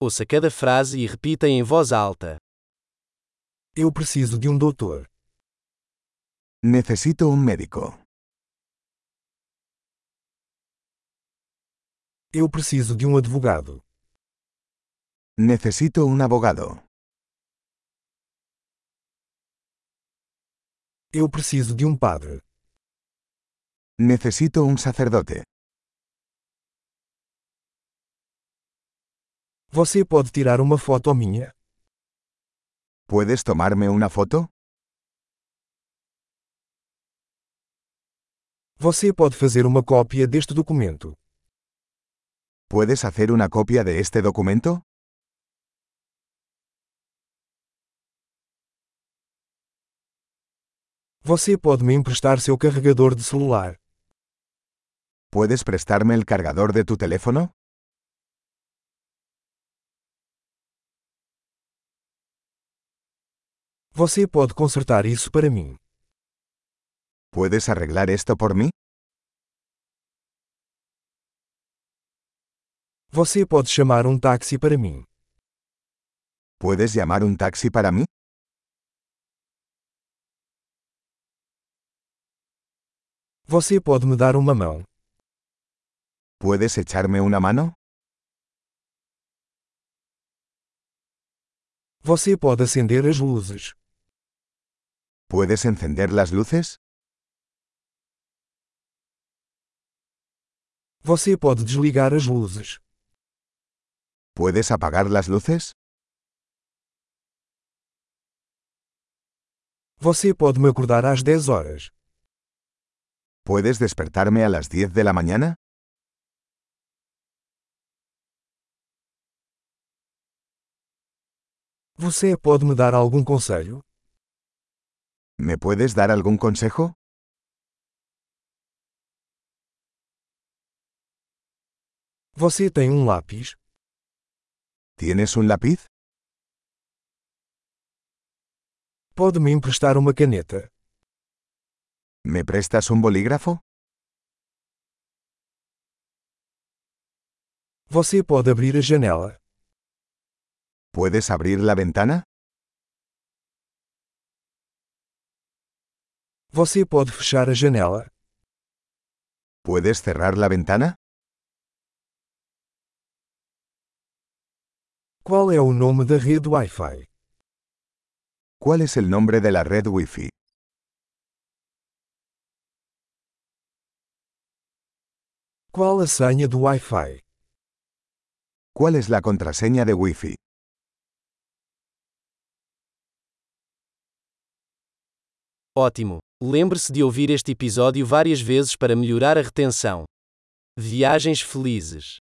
Ouça cada frase e repita em voz alta. Eu preciso de um doutor. Necesito un médico. Eu preciso de um advogado. Necesito un abogado. Eu preciso de um padre. Necesito un sacerdote. Você pode tirar uma foto minha? ¿Puedes tomarme una foto? Você pode fazer uma cópia deste documento? ¿Puedes hacer una copia de este documento? Você pode me emprestar seu carregador de celular? ¿Puedes prestarme el cargador de tu teléfono? Você pode consertar isso para mim? ¿Puedes arreglar esto por mí? Você pode chamar um táxi para mim? ¿Puedes llamar un taxi para mí? Você pode me dar uma mão? ¿Puedes echarme una mano? Você pode acender as luzes? ¿Puedes encender las luces? Você pode desligar as luzes? ¿Puedes apagar las luces? Você pode me acordar às 10 horas? ¿Puedes despertarme a las 10 de la mañana? Você pode me dar algum conselho? ¿Me puedes dar algún consejo? Você tem um lápis? ¿Tienes un lápiz? Pode me emprestar uma caneta? ¿Me prestas un bolígrafo? Você pode abrir a janela? ¿Puedes abrir la ventana? Você pode fechar a janela? ¿Puedes cerrar la ventana? Qual é o nome da rede Wi-Fi? ¿Cuál es el nombre de la red Wi-Fi? Qual a senha do Wi-Fi? ¿Cuál es la contraseña de Wi-Fi? Ótimo! Lembre-se de ouvir este episódio várias vezes para melhorar a retenção. Viagens felizes!